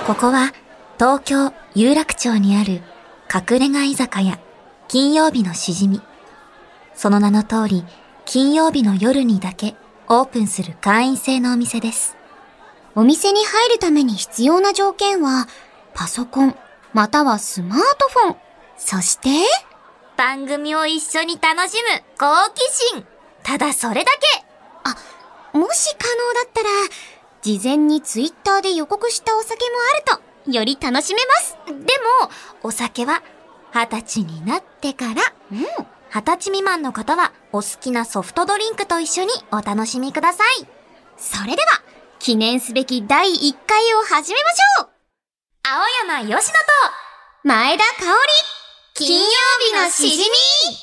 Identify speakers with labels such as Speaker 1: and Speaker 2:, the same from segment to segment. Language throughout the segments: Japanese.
Speaker 1: ここは東京有楽町にある隠れ家居酒屋金曜日のしじみ。その名の通り金曜日の夜にだけオープンする会員制のお店です。
Speaker 2: お店に入るために必要な条件はパソコンまたはスマートフォン、そして
Speaker 1: 番組を一緒に楽しむ好奇心。ただそれだけ。
Speaker 2: もし可能だったら事前にツイッターで予告したお酒もあるとより楽しめます。
Speaker 1: でもお酒は20歳になってから。20歳未満の方はお好きなソフトドリンクと一緒にお楽しみください。
Speaker 2: それでは記念すべき第1回を始めましょう。
Speaker 1: 青山よしのと
Speaker 2: 前田香織
Speaker 1: 金曜日のしじみ。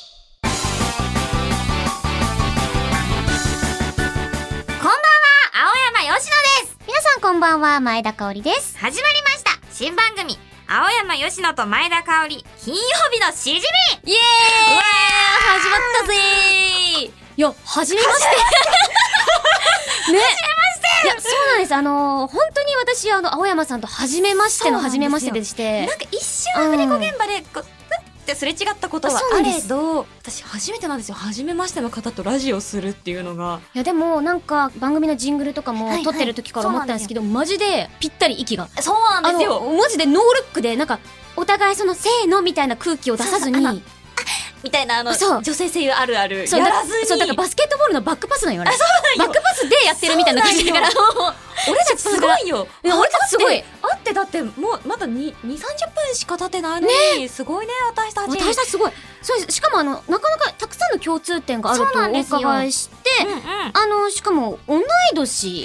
Speaker 1: こんばんは、青山よしのです。
Speaker 2: 皆さんこんばんは、前田香織です。
Speaker 1: 始まりました新番組青山よしのと前田香織金曜日のしじみ。イエーイ、
Speaker 2: 始まったぜー。いや、始めましてね、いや、そうなんです。本当に私、青山さんと初めましての初めましてでして。
Speaker 1: なんか一瞬アフレコ現場で、ってすれ違ったことはあれど、私初めてなんですよ。初めましての方とラジオするっていうのが。
Speaker 2: いやでもなんか番組のジングルとかも撮ってる時から思ったんですけど、マジでぴったり息が。
Speaker 1: そうなんですよ。
Speaker 2: マジでノールックでなんかお互いそのせーのみたいな空気を出さずに。
Speaker 1: みたいな女性声優あるある
Speaker 2: やらずに。そうだからバスケットボールのバックパスなんよあれ。バックパスでやってるみたいな感じだから。
Speaker 1: 俺たちすごいよ。
Speaker 2: 俺たちすごい。
Speaker 1: あってだってもうまだ2、30分しか経ってないのに、すごいね私たち。
Speaker 2: 私たちすごい。そうです。しかもなかなかたくさんの共通点があるとお伺いして、しかも同い年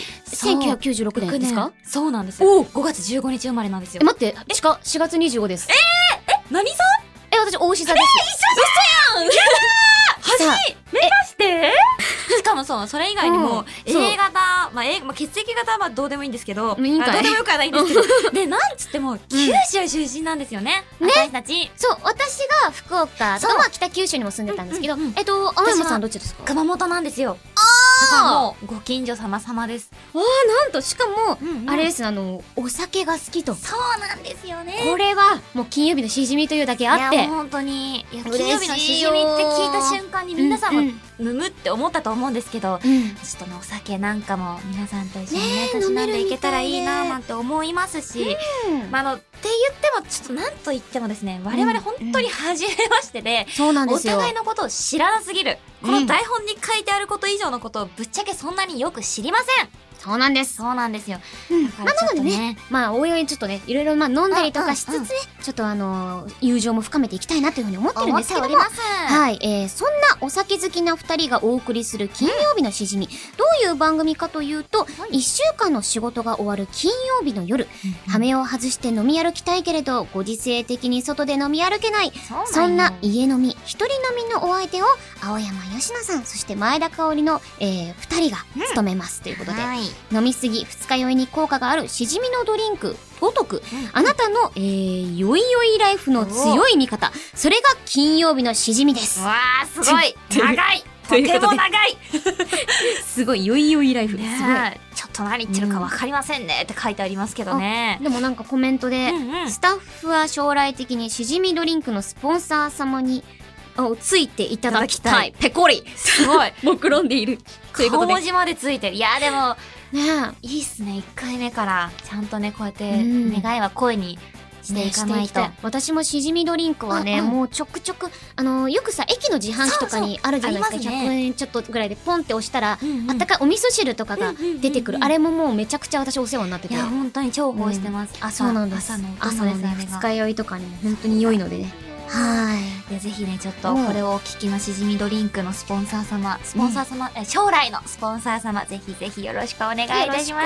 Speaker 2: 1996年ですか？
Speaker 1: そうなんですよ。5月15日生まれなんですよ。
Speaker 2: 待って、4月25です。
Speaker 1: 何さん？
Speaker 2: 私大志座です。
Speaker 1: 一緒じゃん。やだー。目指してしかもそれ以外にも A 型、血液型はどうでもいいんですけど、どうでもよくはないんですけど、でなんつっても九州出身なんですよね、私たち。
Speaker 2: そう、私が福岡とか北九州にも住んでたんですけど、青山さんどっちですか？
Speaker 1: 熊本なんですよ。だからもうご近所様です。
Speaker 2: なんとしかもあれです、お酒が好きと。
Speaker 1: そうなんですよね。
Speaker 2: これはもう金曜日のしじみというだけあって、
Speaker 1: 本当に金曜日のしじみって聞いた瞬間に皆さんもむむって思ったと思うんですけど、ちょっとねお酒なんかも皆さんと一緒にねたしなんでいけたらいいななんて思いますし、って言ってもちょっとなんと言ってもですね、我々本当に初めましてで、
Speaker 2: そうなんですよ。
Speaker 1: お互いのことを知らなすぎる。この台本に書いてあること以上のことをぶっちゃけそんなによく知りません。
Speaker 2: そうなんです。
Speaker 1: そうなんですよ。
Speaker 2: なのでね、おいおいちょっとね、いろいろ飲んだりとかしつつね、ちょっと友情も深めていきたいなというふうに思ってるんですけども、はい、そんなお酒好きな2人がお送りする金曜日のしじみ、どういう番組かというと、1週間の仕事が終わる金曜日の夜、羽目を外して飲み歩きたいけれど、ご時世的に外で飲み歩けない、そんな家飲み、一人飲みのお相手を、青山佳乃さん、そして前田香織の、2人が務めますということで、飲みすぎ二日酔いに効果があるしじみのドリンクごとく、あなたの、よいよいライフの強い味方、それが金曜日のしじみです。
Speaker 1: わー、すごい長い、とても長い
Speaker 2: すごいよいよいライフ、すごい。
Speaker 1: ちょっと何言ってるか分かりませんねって書いてありますけどね。
Speaker 2: でもなんかコメントで、スタッフは将来的にしじみドリンクのスポンサー様についていただきたい。ペコリ、すごい目論んでいるということで、
Speaker 1: 顔文字までついてる。いやでもね、いいっすね。1回目からちゃんとねこうやって願いは声にしていかないと。
Speaker 2: 私もしじみドリンクはね、もうちょくちょくよくさ駅の自販機とかにあるじゃないですか。100円ちょっとぐらいでポンって押したらあったかいお味噌汁とかが出てくる。あれももうめちゃくちゃ私お世話になってて、い
Speaker 1: や本当に重宝してます。
Speaker 2: そうなんです。朝のね二日酔いとかにも本当に良いのでね。
Speaker 1: でぜひねちょっとこれをお聞きのしじみドリンクのスポンサー様、将来のスポンサー様、ぜひぜひよろしくお願いいたします。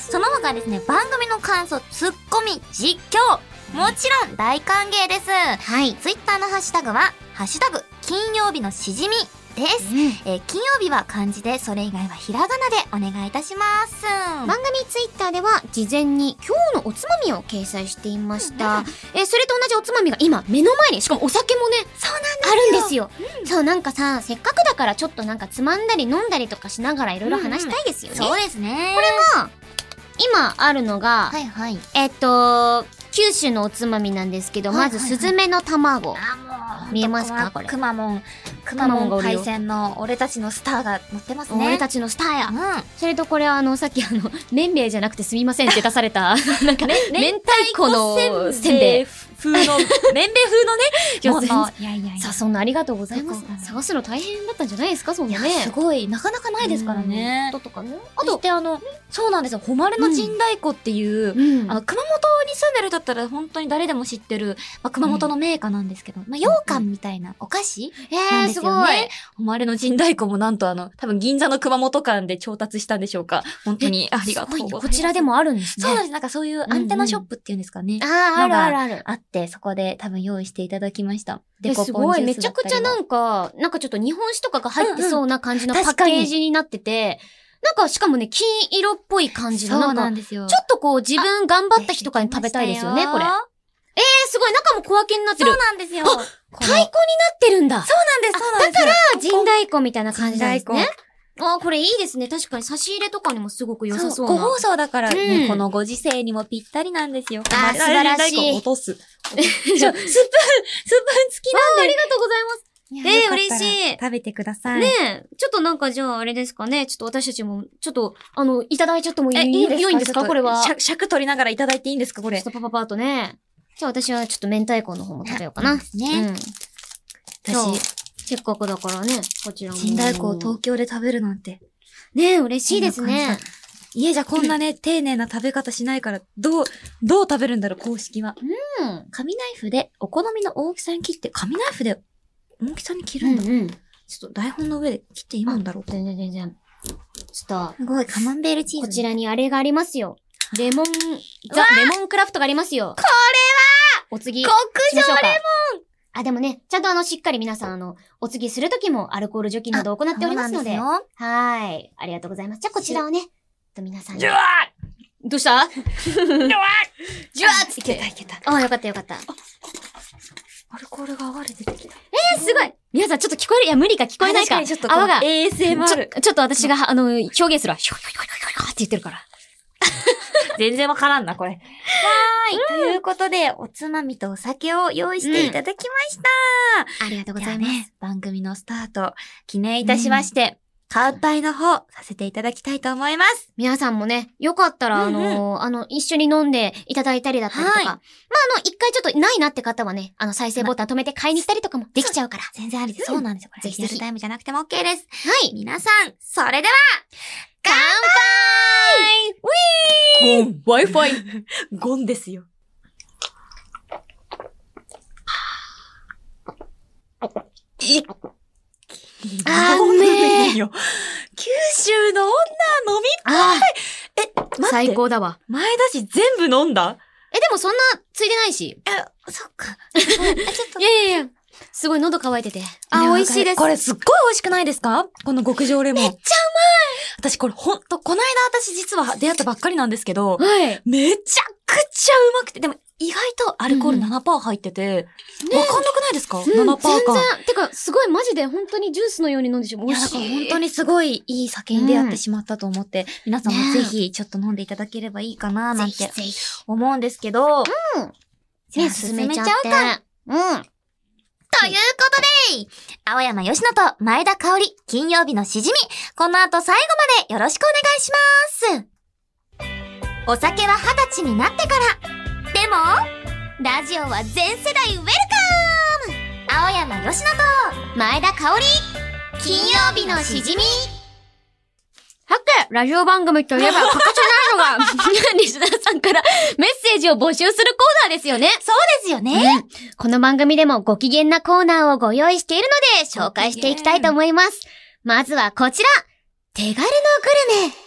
Speaker 1: その他ですね、番組の感想、ツッコミ、実況、もちろん大歓迎です。
Speaker 2: はい。
Speaker 1: ツイッターのハッシュタグはハッシュタグ金曜日のしじみです。金曜日は漢字で、それ以外はひらがなでお願いいたします。
Speaker 2: 番組ツイッターでは事前に今日のおつまみを掲載していました。それと同じおつまみが今目の前に、しかもお酒もね、あるんですよ。そうなんかさ、せっかくだからちょっとなんかつまんだり飲んだりとかしながらいろいろ話したいですよね。
Speaker 1: そうですね。
Speaker 2: これが今あるのが、
Speaker 1: はいはい。
Speaker 2: 九州のおつまみなんですけど、まず、スズメの卵。見えますかこれ。
Speaker 1: くまモン海鮮の俺たちのスターが乗ってますね。
Speaker 2: 俺たちのスターや。それとこれさっき麺類じゃなくてすみませんって出された、なんか、明太子のせんべい。
Speaker 1: 風の、麺べい風のね、もの。
Speaker 2: いやいやいや。さあ、そんなありがとうございます。探すの大変だったんじゃないですかそんなね。
Speaker 1: すごい、なかなかないですからね。
Speaker 2: とかね。
Speaker 1: あと、そうなんですよ。誉れの陣太鼓っていう、熊本に住んでる人だったら本当に誰でも知ってる、熊本の銘菓なんですけど、羊羹みたいなお菓子なんですよね。誉れの陣太鼓もなんと多分銀座の熊本館で調達したんでしょうか。本当にありがとうございます。
Speaker 2: こちらでもあるんですね。
Speaker 1: そうなんです。なんかそういうアンテナショップっていうんですかね。
Speaker 2: ある。
Speaker 1: あって、そこで多分用意していただきました。
Speaker 2: すごい、めちゃくちゃなんかちょっと日本酒とかが入ってそうな感じのパッケージになってて、なんかしかもね、金色っぽい感じの。
Speaker 1: そうなんですよ。
Speaker 2: ちょっとこう自分頑張った日とかに食べたいですよね、これ。すごい、中も小分けになってる。
Speaker 1: そうなんですよ。
Speaker 2: 太鼓になってるんだ。
Speaker 1: そうなんです。
Speaker 2: だから、陣太鼓みたいな感じなんですね。これいいですね。確かに差し入れとかにもすごく良さそうな。
Speaker 1: ご放送だからね、このご時世にもぴったりなんですよ。
Speaker 2: 素晴らしい。
Speaker 1: 落とす。スプーン付きなんで。
Speaker 2: ありがとうございます。嬉しい。
Speaker 1: 食べてください。
Speaker 2: ねえ、ちょっとなんかじゃああれですかね。ちょっと私たちも、ちょっと、いただいちゃってもいいんですかこれは。
Speaker 1: 尺取りながらいただいていいんですかこれ。
Speaker 2: ちょっとパッとね。じゃあ私はちょっと明太子の方も食べようかな。
Speaker 1: ね。
Speaker 2: 私、せっかくだからね、こちらも。
Speaker 1: 陣太鼓を東京で食べるなんて。
Speaker 2: ねえ、嬉しいですね。
Speaker 1: 家じゃこんなね、丁寧な食べ方しないから、どう食べるんだろう、公式は。紙ナイフでお好みの大きさに切って、紙ナイフで大きさに切るんだ。ちょっと台本の上で切っていいもんだろうか。
Speaker 2: 全然。ちょっと。
Speaker 1: すごい、カマンベールチーズ。
Speaker 2: こちらにあれがありますよ。レモンクラフトがありますよ。
Speaker 1: これは
Speaker 2: お次。
Speaker 1: 極上レモ
Speaker 2: ンでもね、ちゃんとしっかり皆さんお次するときもアルコール除菌などを行っておりますので。はい。ありがとうございます。じゃあこちらをね、皆さんに。
Speaker 1: ジュワ
Speaker 2: ーどうした
Speaker 1: ジュワー
Speaker 2: いけた。よかった。
Speaker 1: アルコールが泡で出てきた。
Speaker 2: すごい皆さんちょっと聞こえる？いや、無理か聞こえないか。
Speaker 1: ちょっと泡が。ASMR。
Speaker 2: ちょっと私が、表現するわ。ヒョヒョヒョヒョヒョって言ってるから。
Speaker 1: 全然わからんな、これ。ということで、おつまみとお酒を用意していただきました。
Speaker 2: ありがとうございます。
Speaker 1: 番組のスタート、記念いたしまして、乾杯の方、させていただきたいと思います。
Speaker 2: 皆さんもね、よかったら、一緒に飲んでいただいたりだったりとか、一回ちょっとないなって方はね、再生ボタン止めて買いに行ったりとかもできちゃうから。
Speaker 1: 全然ありです。そうなんですよ。これ、リアルタイムじゃなくても OK です。
Speaker 2: はい。
Speaker 1: 皆さん、それでは、乾杯
Speaker 2: Wi-Fi
Speaker 1: ゴンですよ。
Speaker 2: うめえよ。
Speaker 1: 九州の女飲みっぱい。待って。
Speaker 2: 最高だわ。
Speaker 1: 前だし全部飲んだ？
Speaker 2: でもそんなついてないし。
Speaker 1: そっか。
Speaker 2: ちょっと。いや。すごい喉乾いてて。美味しいです。
Speaker 1: これすっごい美味しくないですか？この極上レモン。
Speaker 2: めっちゃうまい。
Speaker 1: 私これこの間私実は出会ったばっかりなんですけど、めちゃくちゃうまくて、でも意外とアルコール 7% 入ってて、わかんなくないですか？ 7% か。
Speaker 2: 全然。てか、すごいマジで本当にジュースのように飲んでしまう。
Speaker 1: いや、だから本当にすごいいい酒に出会ってしまったと思って、皆さんもぜひちょっと飲んでいただければいいかななんて思うんですけど、
Speaker 2: じゃあ進めちゃうか。
Speaker 1: ということで、青山吉野と前田香織、金曜日のしじみ、この後最後までよろしくお願いします。お酒は20歳になってから。でも、ラジオは全世代ウェルカム！青山吉野と前田香織、金曜日のしじみ。
Speaker 2: さて、ラジオ番組といえば欠かせないのが、リスナーさんからメッセージを募集するコーナーですよね。
Speaker 1: そうですよね。
Speaker 2: この番組でもご機嫌なコーナーをご用意しているので、紹介していきたいと思います。まずはこちら。手軽のグルメ。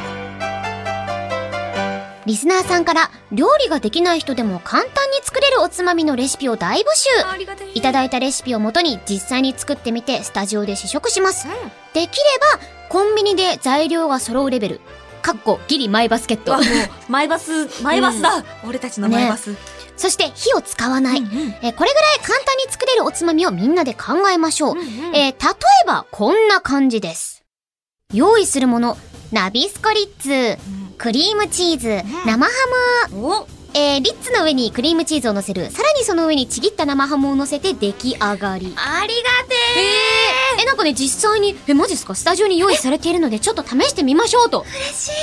Speaker 2: リスナーさんから料理ができない人でも簡単に作れるおつまみのレシピを大募集。いただいたレシピをもとに実際に作ってみてスタジオで試食します。できればコンビニで材料が揃うレベル。かっこギリマイバスケット。
Speaker 1: マイバスだ。俺たちのマイバス。
Speaker 2: そして火を使わない。これぐらい簡単に作れるおつまみをみんなで考えましょう。例えばこんな感じです。用意するもの、ナビスコリッツ。 クリームチーズ、生ハム。リッツの上にクリームチーズを乗せる。さらにその上にちぎった生ハムを乗せて出来上がり。
Speaker 1: ありがてー。
Speaker 2: なんかね、実際に、マジですか？スタジオに用意されているので、ちょっと試してみましょうと。
Speaker 1: 嬉しい。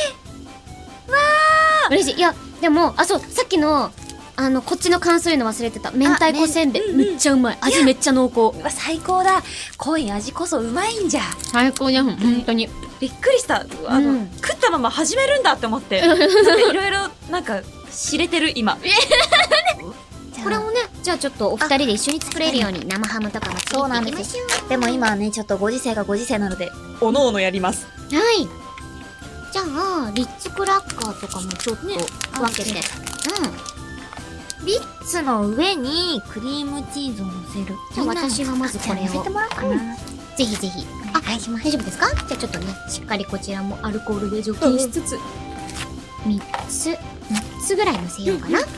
Speaker 2: 嬉しい。いや、でも、そう、さっきの、こっちの感想言うの忘れてた。明太子せんべい。めっちゃうまい。味めっちゃ濃厚。
Speaker 1: うわ、最高だ。濃い味こそうまいんじゃ。
Speaker 2: 最高じゃん、本当に。び
Speaker 1: っくりした。食ったまま始めるんだって思って。いろいろ、なんか、知れてる、今。
Speaker 2: これをね、じゃあちょっとお二人で一緒に作れるように生ハムとかも作っていきましょう。
Speaker 1: でも今はね、ちょっとご時世がご時世なので、おのおのやります。
Speaker 2: はい。じゃあ、リッツクラッカーとかもちょっと分けて。
Speaker 1: リッツの上にクリームチーズを乗せる。
Speaker 2: じゃあ私はまずこれを。
Speaker 1: 乗せてもらおうかな。
Speaker 2: ぜひぜひ。大丈夫ですか？じゃあちょっとね、しっかりこちらもアルコールで除菌しつつ、3つぐらい乗せようかな。はい、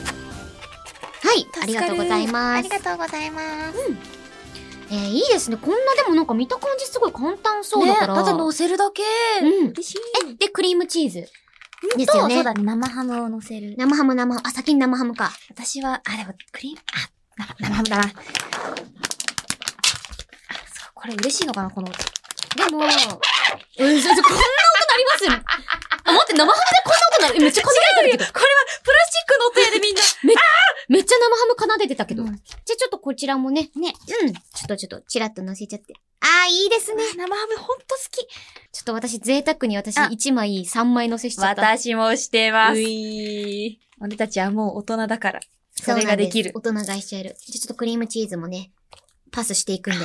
Speaker 2: ありがとうございます。
Speaker 1: ありがとうございます。
Speaker 2: いいですね。こんなでもなんか見た感じすごい簡単そうだから。
Speaker 1: ただ乗せるだけ。
Speaker 2: 嬉しい。で、クリームチーズ。ですよね。
Speaker 1: そうだね。生ハムを乗せる。
Speaker 2: 生ハム。先に生ハムか。
Speaker 1: 私は、でも、クリーム、生ハムだな。そう、これ嬉しいのかな、この。で
Speaker 2: も、こんな音鳴りますよ。待って、生ハムでこんな音鳴る。めっちゃ奏でてるけど。
Speaker 1: これは、プラスチックの音やでみんな。
Speaker 2: めっちゃ生ハム奏でてたけど。じゃあちょっとこちらもね。ちょっと、チラッと乗せちゃって。いいですね。
Speaker 1: 生ハムほんと好き。
Speaker 2: ちょっと私、贅沢に1枚3枚乗せしちゃった。
Speaker 1: 私もしてます。俺たちはもう大人だから。それができる。
Speaker 2: 大人買いしちゃえる。じゃあちょっとクリームチーズもね、パスしていくんで。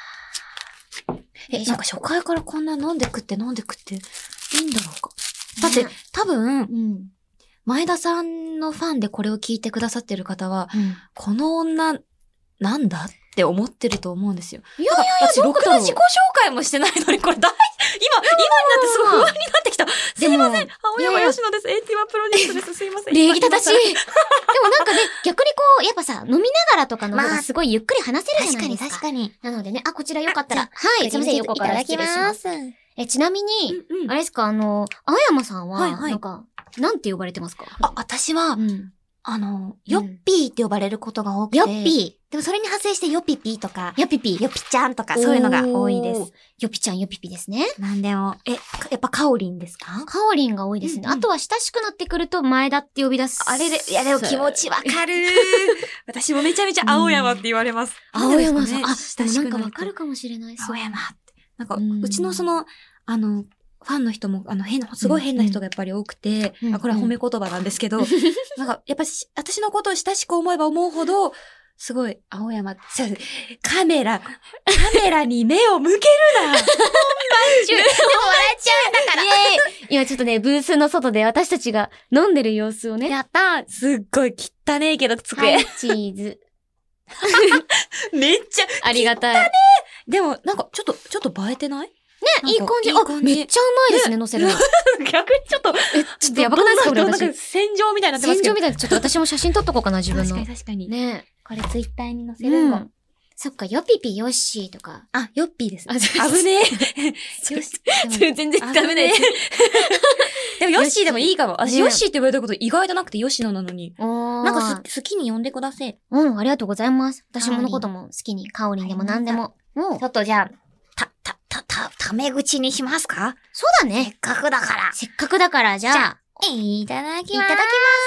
Speaker 1: なんか初回からこんな飲んで食っていいんだろうか。だって、多分、前田さんのファンでこれを聞いてくださってる方は、この女、なんだって思ってると思うんですよ。
Speaker 2: いや、
Speaker 1: ろくな自己紹介もしてないのに、これ今になってすごい不安になってきた。すいません。青山吉野です。AT1 プロジェクトです。すいません。
Speaker 2: 礼儀正しい。でもなんかね、逆にやっぱさ、飲みながらとかの方がすごいゆっくり話せるじゃないですか。
Speaker 1: 確かに。
Speaker 2: なのでね、こちらよかったら。はい、すいません、横から失礼します。ちなみに、あれですか、青山さんは、なんか、なんて呼ばれてますか？
Speaker 1: 私は、ヨッピーって呼ばれることが多くて。
Speaker 2: ヨッピー。
Speaker 1: でもそれに派生してヨピピーとか、
Speaker 2: ヨピピー。
Speaker 1: ヨピちゃんとか、そういうのが多いです。
Speaker 2: ヨピちゃん、ヨピピですね。
Speaker 1: なんでも、やっぱカオリンですか？
Speaker 2: カオリンが多いですね。あとは親しくなってくると前田って呼び出す。
Speaker 1: いやでも気持ちわかる。私もめちゃめちゃ青山って言われます。
Speaker 2: 青山さん。なんかわかるかもしれない。
Speaker 1: 青山って。なんか、うちのファンの人も、すごい変な人がやっぱり多くて、これは褒め言葉なんですけど、なんか、やっぱ私のことを親しく思えば思うほど、すごい、青山、カメラに目を向けるな本番中でも笑っちゃうんだから
Speaker 2: 今ちょっとね、ブースの外で私たちが飲んでる様子をね。
Speaker 1: やったすっごい汚ねえけど机。
Speaker 2: チーズ。
Speaker 1: めっちゃ、
Speaker 2: ありがたい。
Speaker 1: でも、なんか、ちょっと映えてない？
Speaker 2: ね、いい感じ。めっちゃうまいですね、乗せるの。
Speaker 1: 逆にちょっと
Speaker 2: やばくないですか、これ私。
Speaker 1: なんか戦場みたいになってますけど。
Speaker 2: 戦場みたいな。ちょっと私も写真撮っとこうかな、自分の。
Speaker 1: 確かに。
Speaker 2: ね。
Speaker 1: これツイッターに載せるの。
Speaker 2: そっか、ヨピピヨッシーとか。
Speaker 1: ヨッピーです。危ねえ。
Speaker 2: 全然ダメだよ。
Speaker 1: でもヨッシーでもいいかも。私ヨッシーって言われたこと意外となくてヨシノなのに。なんか好きに呼んでください。
Speaker 2: ありがとうございます。私ものことも好きに、カオリンでも何でも。
Speaker 1: ちょっとじゃあ、タメ口にしますか？
Speaker 2: そうだね。
Speaker 1: せっかくだから。
Speaker 2: じゃあ、
Speaker 1: いただきます。
Speaker 2: いただき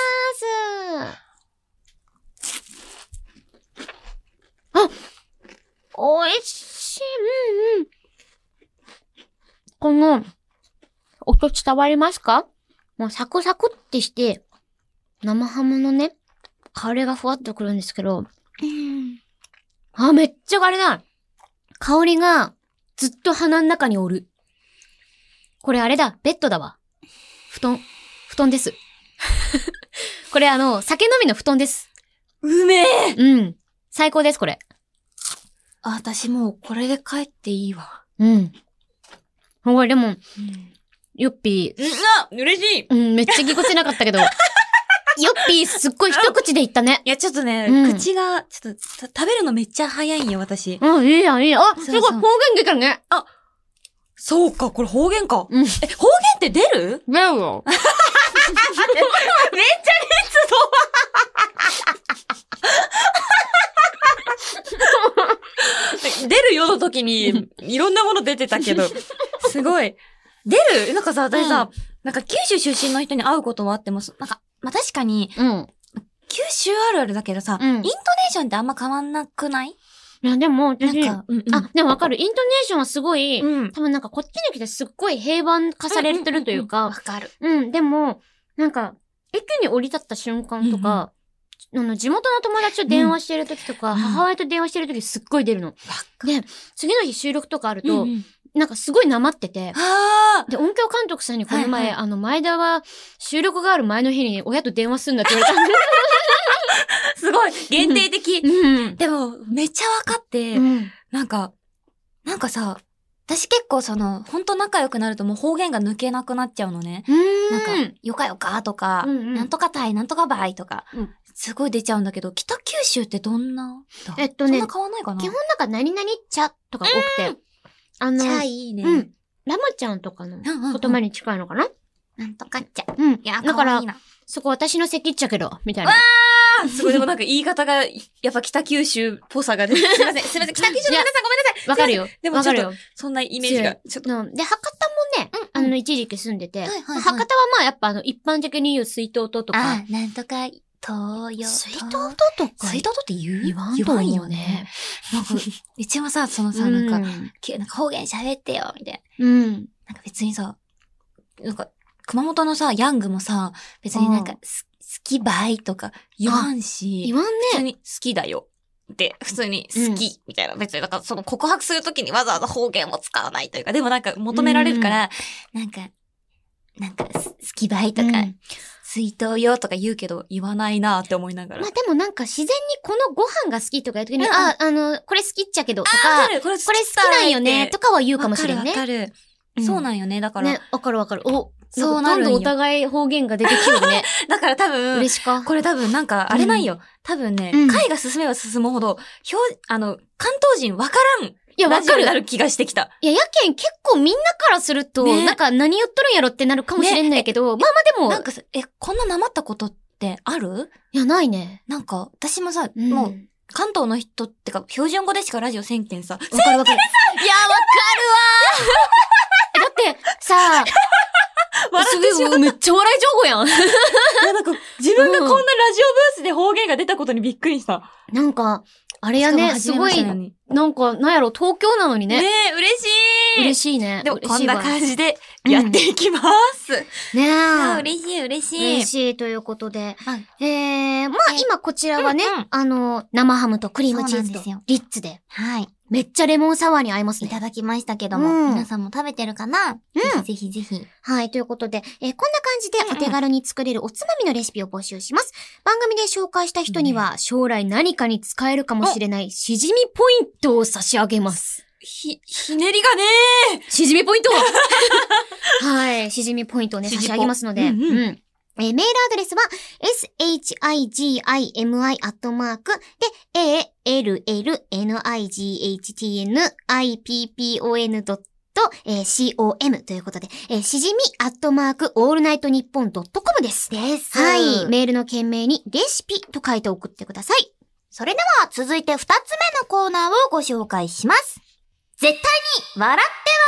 Speaker 2: ます。おいしい。この、音伝わりますか？もうサクサクってして、生ハムのね、香りがふわっとくるんですけど、めっちゃあれだ。香りが、ずっと鼻の中におる。これあれだ、ベッドだわ。布団です。これ酒飲みの布団です。
Speaker 1: うめえ！
Speaker 2: 最高です、これ。
Speaker 1: 私もうこれで帰っていいわ。
Speaker 2: これでも、ヨッピー。
Speaker 1: 嬉しい。
Speaker 2: めっちゃぎこちなかったけど。ヨッピーすっごい一口でいったね。
Speaker 1: いや、ちょっとね、口が、ちょっと、食べるのめっちゃ早いんよ、私。
Speaker 2: いいや。すごい、方言出たね。
Speaker 1: そうか、これ方言か。方言って出る？
Speaker 2: 出るよ。
Speaker 1: 出るよの時に、いろんなもの出てたけど、すごい。出るなんかさ、私さ、なんか九州出身の人に会うことはあっても、なんか、まあ、確かに、九州あるあるだけどさ、イントネーションってあんま変わんなくない？
Speaker 2: いや、でも、
Speaker 1: なんか、
Speaker 2: でもわかる。イントネーションはすごい、多分なんかこっちに来てすっごい平板化されてるというか、
Speaker 1: わかる。
Speaker 2: でも、なんか、駅に降り立った瞬間とか、地元の友達と電話してる時とか、母親と電話してる時すっごい出るの。で、次の日収録とかあると、なんかすごいなまってて、で、音響監督さんにこの前、前田は収録がある前の日に親と電話すんだって言われたんで。
Speaker 1: すごい限定的。でも、めっちゃわかって、なんかさ、私結構ほんと仲良くなるともう方言が抜けなくなっちゃうのね。なんか、よかよかとか、なんとかたい、なんとかばいとか、すごい出ちゃうんだけど、北九州ってどんなそんな変わんないかな？
Speaker 2: 基本なんか何々茶とか多くて。
Speaker 1: 茶いいね。
Speaker 2: ラマちゃんとかの言葉に近いのかな？
Speaker 1: なんとかっちゃ。
Speaker 2: いや、だから、そこ私の席っちゃけど、みたいな。
Speaker 1: すごい、でもなんか言い方が、やっぱ北九州っぽさが出て、すいません、北九州の皆さんごめんなさい。
Speaker 2: わかるよ。
Speaker 1: でもちょっと、そんなイメージが、ちょっと。
Speaker 2: で、博多もね、一時期住んでて、博多はまあやっぱ一般的に言う水筒とか。
Speaker 1: なんとか、東洋。
Speaker 2: 水筒とか。
Speaker 1: 水筒とって言わ
Speaker 2: んよね。
Speaker 1: なんか、うちもさ、なんか方言喋ってよ、みたいな。なんか別にさ、なんか、熊本のさ、ヤングもさ、別になんか、好きばいとか言わんし。
Speaker 2: 言わんね。
Speaker 1: 普通に好きだよ。で、普通に好き、みたいな。別に、だから告白するときにわざわざ方言も使わないというか、でもなんか求められるから、なんか、好きばいとか、水筒よとか言うけど、言わないなって思いながら。
Speaker 2: まあでもなんか自然にこのご飯が好きとか言うときに、これ好きっちゃけどとか、これ好きなんよねとかは言うかもしれんね。
Speaker 1: わかる。そうなんよね。だから。
Speaker 2: ね、わかる。そうなる。どんどんお互い方言が出てきようね。
Speaker 1: だから多分、
Speaker 2: 嬉しか。
Speaker 1: これ多分なんか、あれなんよ。多分ね、回が進めば進むほど、関東人わからん。い
Speaker 2: や、わかる。
Speaker 1: なる気がしてきた。
Speaker 2: いや、やけん結構みんなからすると、なんか何言っとるんやろってなるかもしれんないけど、まあでも。
Speaker 1: なんかさ、こんななまったことってある？
Speaker 2: いや、ないね。
Speaker 1: なんか、私もさ、もう、関東の人ってか、標準語でしかラジオせんけんさ。わか
Speaker 2: る。いや、わかるわだって、さ、めっちゃ笑い情報やん。
Speaker 1: いや、なんか、自分がこんなラジオブースで方言が出たことにびっくりした。
Speaker 2: なんか、あれやね、すごい、なんか、なんやろ、東京なのにね。
Speaker 1: ねえ、嬉しい。
Speaker 2: 嬉しいね。
Speaker 1: でも、こんな感じでやっていきます。
Speaker 2: ねえ。
Speaker 1: 嬉しい。
Speaker 2: 嬉しいということで。まあ、今こちらはね、生ハムとクリームチーズとリッツで。
Speaker 1: はい。
Speaker 2: めっちゃレモンサワーに合いますね。
Speaker 1: いただきましたけども、皆さんも食べてるかな？ぜひ。
Speaker 2: はい、ということで、こんな感じでお手軽に作れるおつまみのレシピを募集します。番組で紹介した人には、将来何かに使えるかもしれないしじみポイントを差し上げます。
Speaker 1: ひねりがね
Speaker 2: ーしじみポイントはい、しじみポイントをね、差し上げますので、メールアドレスは、shigimi@allnightnippon.com ということで、しじみ@allnightnippon.com です。はい。メールの件名にレシピと書いて送ってください。
Speaker 1: それでは続いて2つ目のコーナーをご紹介します。絶対に笑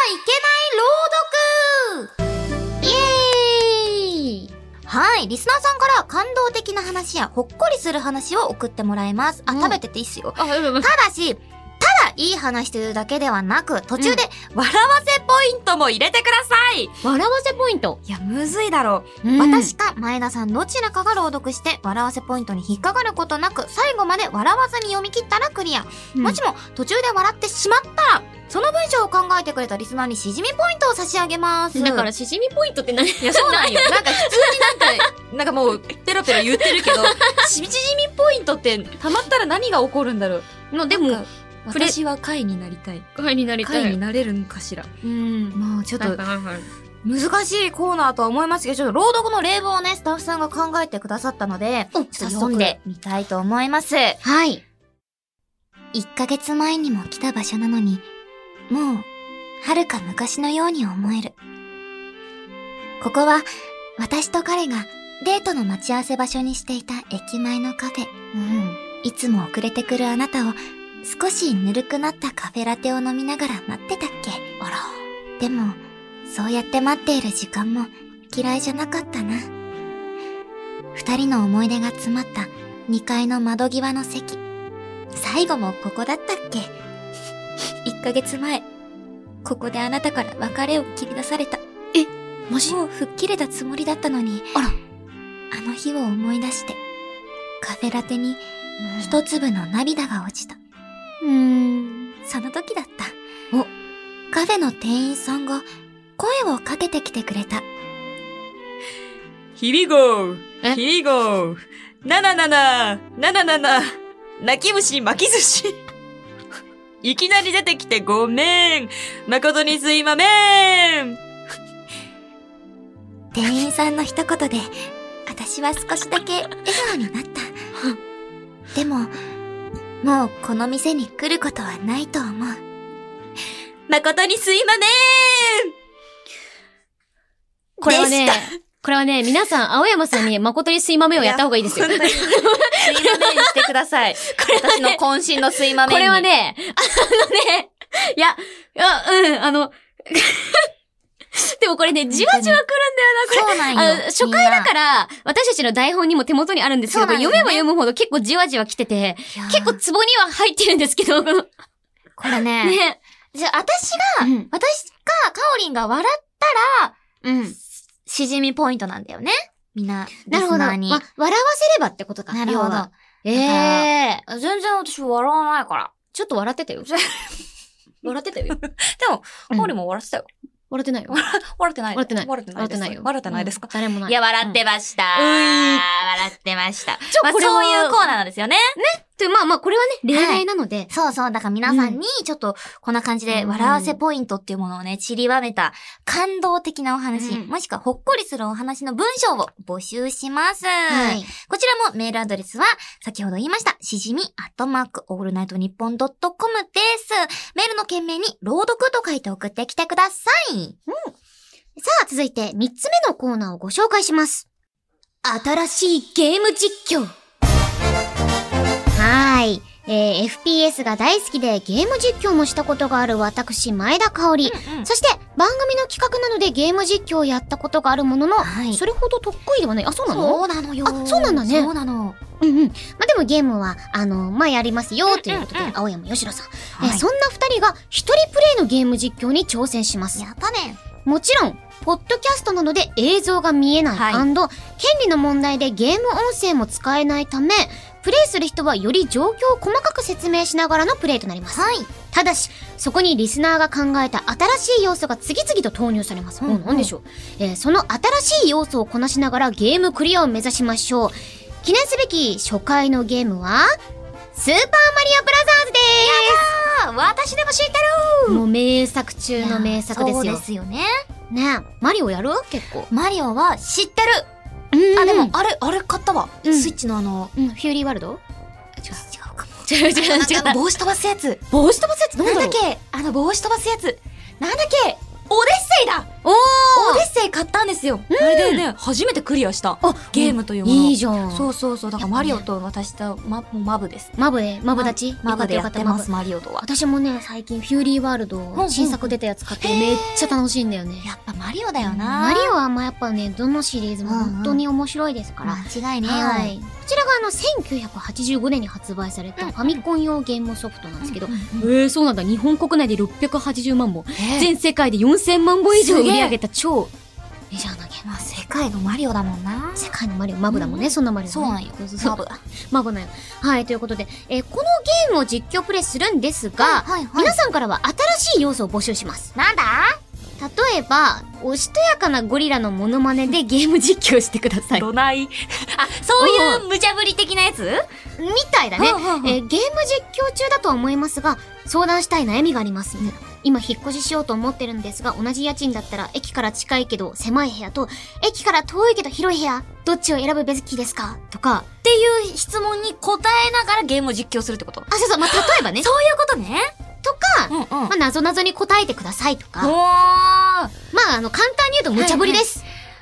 Speaker 1: ってはいけない朗読！イエーイ！はい。リスナーさんから感動的な話やほっこりする話を送ってもらいます。食べてていいっすよ。ただし、ただいい話というだけではなく、途中で笑わせポイントも入れてください。
Speaker 2: 笑わせポイント？
Speaker 1: いや、むずいだろう。私か前田さんどちらかが朗読して、笑わせポイントに引っかかることなく、最後まで笑わずに読み切ったらクリア。もしも途中で笑ってしまったら、その文章を考えてくれたリスナーにしじみポイントを差し上げます。
Speaker 2: だからしじみポイントって何？
Speaker 1: いや、そうなんよ。なんか普通になんかもうペロペロ言ってるけど、しじみポイントって溜まったら何が起こるんだろう。
Speaker 2: でも、
Speaker 1: 私は貝になりたい。
Speaker 2: 貝にな
Speaker 1: れるのかしら。まあちょっと、難しいコーナーとは思いますけど、ちょっと朗読の例文をね、スタッフさんが考えてくださったので、ちょっと読んでみたいと思います。
Speaker 2: はい。
Speaker 1: 1ヶ月前にも来た場所なのに、もう、遥か昔のように思える。ここは、 私と彼がデートの待ち合わせ場所にしていた駅前のカフェ。いつも遅れてくるあなたを少しぬるくなったカフェラテを飲みながら待ってたっけ。あら。でも、そうやって待っている時間も嫌いじゃなかったな。二人の思い出が詰まった2階の窓際の席。最後もここだったっけ。1ヶ月前、ここであなたから別れを切り出された。
Speaker 2: マジ？
Speaker 1: もう吹っ切れたつもりだったのに、
Speaker 2: あら。
Speaker 1: あの日を思い出して、カフェラテに一粒の涙が落ちた。その時だった。カフェの店員さんが声をかけてきてくれた。
Speaker 3: ヒリゴー、ヒリゴー、77、泣き虫巻き寿司。いきなり出てきてごめん。誠にすいまめん。
Speaker 1: 店員さんの一言で、私は少しだけ笑顔になった。でも、もうこの店に来ることはないと思う。誠にすいまめん。
Speaker 2: これはね、皆さん、青山さんに誠にすいまめんをやった方がいいですよ。
Speaker 1: 本当にすいまめんにしてください。私の渾身のすいまめんに。
Speaker 2: これはね、でもこれね、じわじわ来るんだよな、これ。
Speaker 1: そうなんよ。
Speaker 2: 初回だから、私たちの台本にも手元にあるんですけど、読めば読むほど結構じわじわ来てて、結構ツボには入ってるんですけど、こ
Speaker 1: れね。
Speaker 2: ね。
Speaker 1: じゃあ、私が、カオリンが笑ったら、しじみポイントなんだよね。みんな、リスナーに。
Speaker 2: 笑わせればってことか。
Speaker 1: なるほど。
Speaker 2: 全
Speaker 1: 然私笑わないから。
Speaker 2: ちょっと笑ってたよ。笑ってたよ。
Speaker 1: でも、カオリンも笑ってたよ。
Speaker 2: 笑ってないよ。
Speaker 1: 笑ってない。
Speaker 2: 笑ってない。
Speaker 1: 笑ってない。
Speaker 2: 笑ってないよ。
Speaker 1: 笑ってないですか？
Speaker 2: 誰もない。
Speaker 1: いや、笑ってました。笑ってました。そういうコーナーなんですよね。
Speaker 2: で、まあ、これはね、例題なので。
Speaker 1: そうそう。だから皆さんに、ちょっと、こんな感じで、笑わせポイントっていうものをね、散りばめた、感動的なお話、もしくはほっこりするお話の文章を募集します。はい。こちらもメールアドレスは、先ほど言いました、しじみ@allnightnippon.com です。メールの件名に、朗読と書いて送ってきてください。
Speaker 2: さあ、続いて3つ目のコーナーをご紹介します。新しいゲーム実況。FPS が大好きでゲーム実況もしたことがある私、前田香織。そして番組の企画などでゲーム実況をやったことがあるものの、それほど得意ではない。あ、そうなの？
Speaker 1: そうなのよ。
Speaker 2: あ、そうなんだね。
Speaker 1: そうなの。
Speaker 2: でもゲームは、やりますよ、ということで、青山よしろさん。そんな2人が一人プレイのゲーム実況に挑戦します。
Speaker 1: やったね。
Speaker 2: もちろん、ポッドキャストなどで映像が見えない、権利の問題でゲーム音声も使えないため、プレイする人はより状況を細かく説明しながらのプレイとなります。ただし、そこにリスナーが考えた新しい要素が次々と投入されます。なんでしょう。その新しい要素をこなしながらゲームクリアを目指しましょう。記念すべき初回のゲームは、スーパーマリオブラザーズで
Speaker 1: ーす。私でも知ってる。
Speaker 2: もう名作中の名作ですよ。
Speaker 1: そうですよね。
Speaker 2: ねえ、マリオやる？結構。
Speaker 1: マリオは知ってる。でも、あれ買ったわ。スイッチの
Speaker 2: フューリーワールド？
Speaker 1: 違うかも。
Speaker 2: 違う。
Speaker 1: 帽子飛ばすやつ。
Speaker 2: 帽子飛ばすやつ？
Speaker 1: なんだっけ？帽子飛ばすやつ。なんだっけ？オデッセイだ！オデッセイ買ったんですよ。
Speaker 3: あれでね、初めてクリアしたゲームというもの。
Speaker 2: いいじゃん。
Speaker 1: そう。だからマリオと私とマブです。
Speaker 2: マブ立ち？
Speaker 1: マブでやってます、マリオとは。
Speaker 2: 私もね、最近フューリーワールド、新作出たやつ買ってめっちゃ楽しいんだよね。
Speaker 1: やっぱマリオだよな。
Speaker 2: マリオはやっぱね、どのシリーズも本当に面白いですから。
Speaker 1: 間違いねえよ。
Speaker 2: こちらが1985年に発売されたファミコン用ゲームソフトなんですけど、そうなんだ。日本国内で680万本、全世界で4000万本以上売り上げた超メジャーなゲーム。
Speaker 1: 世界のマリオだもんな。
Speaker 2: 世界のマリオ、マブだもんね、そんなマリオ。
Speaker 1: そうなんよ。
Speaker 2: マブだよ。はい、ということで、このゲームを実況プレイするんですが、皆さんからは新しい要素を募集します。
Speaker 1: なんだ？
Speaker 2: 例えば、おしとやかなゴリラのモノマネでゲーム実況してください。
Speaker 3: どない？
Speaker 1: そういう無茶ぶり的なやつ？
Speaker 2: みたいだね。ゲーム実況中だとは思いますが、相談したい悩みがあります。今引っ越ししようと思ってるんですが、同じ家賃だったら駅から近いけど狭い部屋と、駅から遠いけど広い部屋、どっちを選ぶべきですか？とか、
Speaker 1: っていう質問に答えながらゲームを実況するってこと？
Speaker 2: そう、例えばね。
Speaker 1: そういうことね。
Speaker 2: とか、謎々に答えてくださいとか。
Speaker 1: 簡
Speaker 2: 単に言うと無茶ぶりです。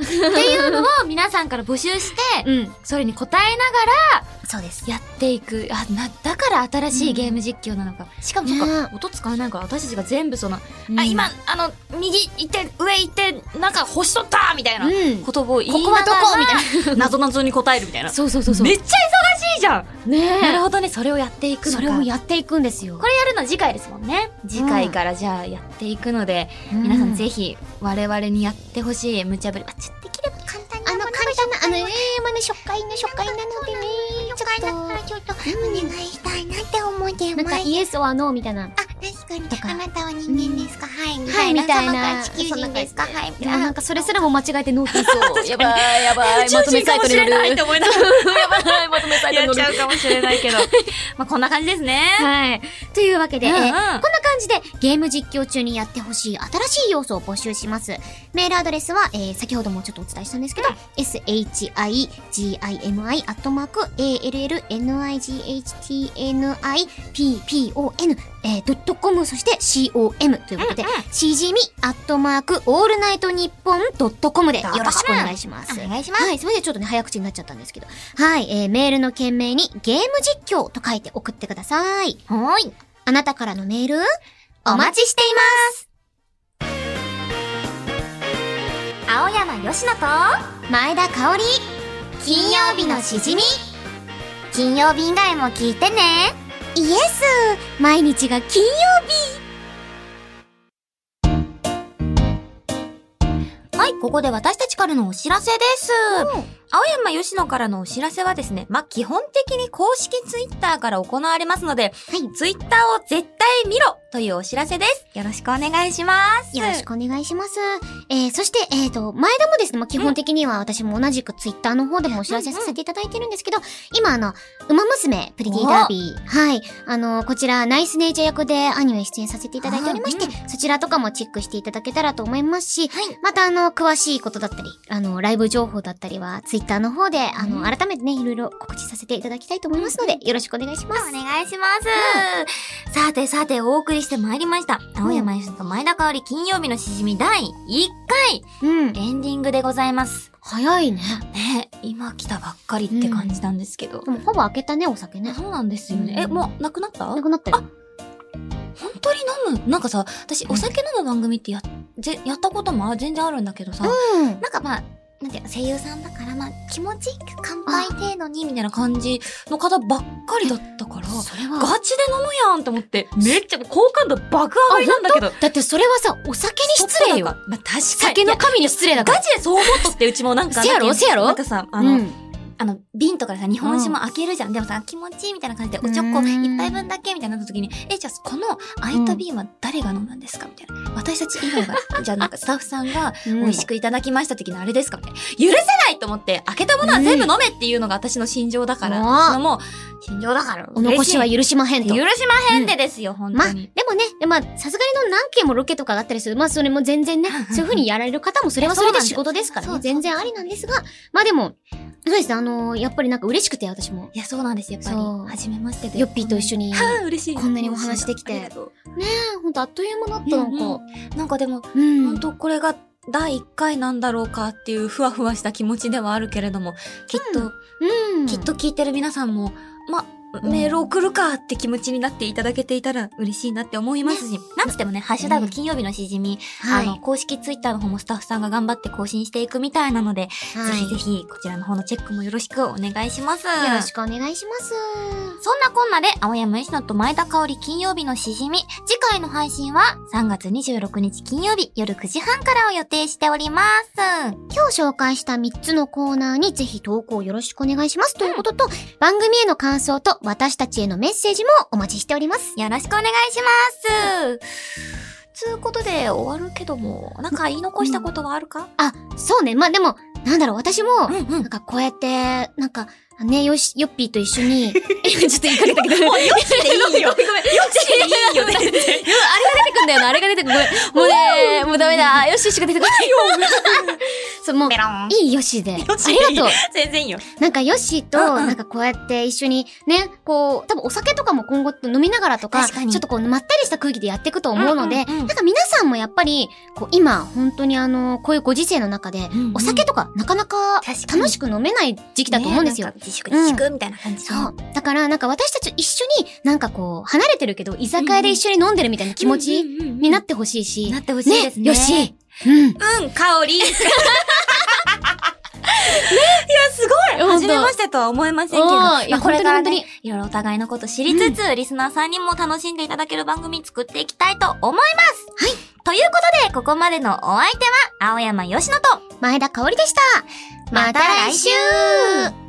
Speaker 1: っていうのを皆さんから募集して、それに答えながら、
Speaker 2: そうです。
Speaker 1: やっていく。だから新しいゲーム実況なのか。しかもそっか、音使えないから私たちが全部その、今、右行って、上行って、なんか星取ったみたいなことを言いながら、ここはどこみたいな。謎々に答えるみたいな。
Speaker 2: そう。めっちゃ
Speaker 1: 忙しいじゃんなるほどね、それをやっていくのか。
Speaker 2: それをやっていくんですよ。
Speaker 1: これやるのは次回ですもんね。次回からじゃあやっていくので、皆さんぜひ我々にやってほしい無茶ぶり。できれば簡単なものが
Speaker 2: 初回なのでね、
Speaker 1: ちょっとお願いしたいなって思ってます。
Speaker 2: なんかイエスはノーみたいな。
Speaker 1: 確かに。あなたは人間ですか？はい。みたいな。地球人ですか？はい。みたいな。
Speaker 2: なんかそれすらも間違えてノーって言いそう。やばい。まとめサイトに乗る。やばい。まとめサイトに乗る。
Speaker 1: やっちゃうかもしれないけど。まあこんな感じですね。
Speaker 2: はい。というわけで、こんな感じでゲーム実況中にやってほしい新しい要素を募集します。メールアドレスは、先ほどもちょっとお伝えしたんですけど、shigimi@allnighttnippon.com そして com ということで、しじみ@allnightnippon.com でよろしくお願いします。
Speaker 1: お願いします。
Speaker 2: はい、それでちょっとね、早口になっちゃったんですけど。はい、メールの件名にゲーム実況と書いて送ってください。
Speaker 1: はい。
Speaker 2: あなたからのメール、お待ちしています。
Speaker 1: 青山よしのと
Speaker 2: 前田香織、
Speaker 1: 金曜日のしじみ。金曜日以外も聞いてね。
Speaker 2: イエス、毎日が金曜日。
Speaker 1: はい、ここで私たちからのお知らせです。青山よしのからのお知らせはですね、基本的に公式ツイッターから行われますので、ツイッターを絶対見ろというお知らせです。よろしくお願いします。
Speaker 2: よろしくお願いします。そして、前田もですね、基本的には私も同じくツイッターの方でもお知らせさせていただいてるんですけど、今ウマ娘プリティダービー、はい、こちらナイスネイチャー役でアニメ出演させていただいておりまして、そちらとかもチェックしていただけたらと思いますし、また詳しいことだったり、ライブ情報だったりはツイッターの方で、改めてね、いろいろ告知させていただきたいと思いますので、よろしくお願いします。
Speaker 1: お願いします。さて、お送りしてまいりました。青山よしと前田香織金曜日のしじみ第1回、エンディングでございます。
Speaker 2: 早いね。
Speaker 1: ね、今来たばっかりって感じなんですけど。
Speaker 2: でもほぼ開けたね、お酒ね。
Speaker 1: そうなんですよね。もう、なくなった？
Speaker 2: なくなったよ。
Speaker 1: 本当に飲む？なんかさ、私、お酒飲む番組ってやったことも全然あるんだけどさ、なんかなんていう声優さんだから気持ち乾杯程度にみたいな感じの方ばっかりだったから、
Speaker 2: それは
Speaker 1: ガチで飲むやんと思って、めっちゃ好感度爆上がりなんだけど。
Speaker 2: だってそれはさ、お酒に失礼よ。
Speaker 1: 確かに。
Speaker 2: 酒の神に失礼だから。
Speaker 1: ガチでそう思っとって、うちもなんか。
Speaker 2: せやろ
Speaker 1: なんかさ、瓶とかでさ、日本酒も開けるじゃん。でもさ、気持ちいいみたいな感じで、おちょこ一杯分だけみたいなった時に、じゃあこの空いた瓶は誰が飲んだんですかみたいな。私たち以外が、じゃあなんかスタッフさんが美味しくいただきました的なあれですかみたいな。許せないと思って、開けたものは全部飲めっていうのが私の心情だから。もう、心情だから。
Speaker 2: お残しは許しまへんと。
Speaker 1: 許しまへんでですよ、本当に。
Speaker 2: でもね、さすがに何件もロケとかがあったりする。それも全然ね、そういう風にやられる方もそれはそれで仕事ですからね。全然ありなんですが、でも、そうですね、やっぱりなんか嬉しくて、私も。
Speaker 1: いや、そうなんです、やっぱり。初めましてで。
Speaker 2: ヨッピーと一緒に。
Speaker 1: 嬉しい。
Speaker 2: こんなにお話できて。ねえ、ほんとあっという間だった、なんか。
Speaker 1: なんかでも、ほんとこれが第1回なんだろうかっていうふわふわした気持ちではあるけれども、きっと聞いてる皆さんも、メール送るかって気持ちになっていただけていたら嬉しいなって思いますし、なんつってもね、ハッシュタグ金曜日のしじみ、公式ツイッターの方もスタッフさんが頑張って更新していくみたいなので、ぜひぜひこちらの方のチェックもよろしくお願いします。よ
Speaker 2: ろしくお願いします。
Speaker 1: そんなこんなで、青山よしのと前田香織金曜日のしじみ、次回の配信は3月26日金曜日夜9時半からを予定しております。
Speaker 2: 今日紹介した3つのコーナーにぜひ投稿よろしくお願いしますということと、番組への感想と私たちへのメッセージもお待ちしております。
Speaker 1: よろしくお願いします。つうことで終わるけども、なんか言い残したことはあるか？
Speaker 2: そうね。でも、なんだろう、私も、なんかこうやって、なんか、 ね、ヨッピーと一緒に、ちょっと言いかけたけど。
Speaker 3: もうヨッシーでいいよ。
Speaker 2: ごめん。
Speaker 3: ヨッシーでいいよ。
Speaker 2: あれが出てくんだよな、あれが出てくる。もうね、もうダメだ。ヨッシーしか出てこないよ。そう、もう、いいヨッシーで。ありがとう。
Speaker 3: 全然いいよ。
Speaker 2: なんかヨッシーと、なんかこうやって一緒にね、こう、多分お酒とかも今後飲みながらとか、ちょっとこうまったりした空気でやっていくと思うので、なんか皆さんもやっぱり、こう今、本当にこういうご時世の中で、お酒とかなかなか楽しく飲めない時期だと思うんですよ。
Speaker 1: 自粛みたいな感じ。
Speaker 2: そう。だからなんか私たち一緒になんかこう、離れてるけど、居酒屋で一緒に飲んでるみたいな気持ちになってほしいし。
Speaker 1: なってほしいですね。
Speaker 2: ヨッシー。
Speaker 1: 香り。ね、いや、すごい初めましてとは思いませんけど、これからね、いろいろお互いのこと知りつつ、リスナーさんにも楽しんでいただける番組作っていきたいと思います。はい。ということで、ここまでのお相手は、青山よしのと、
Speaker 2: 前田香織でした。また来週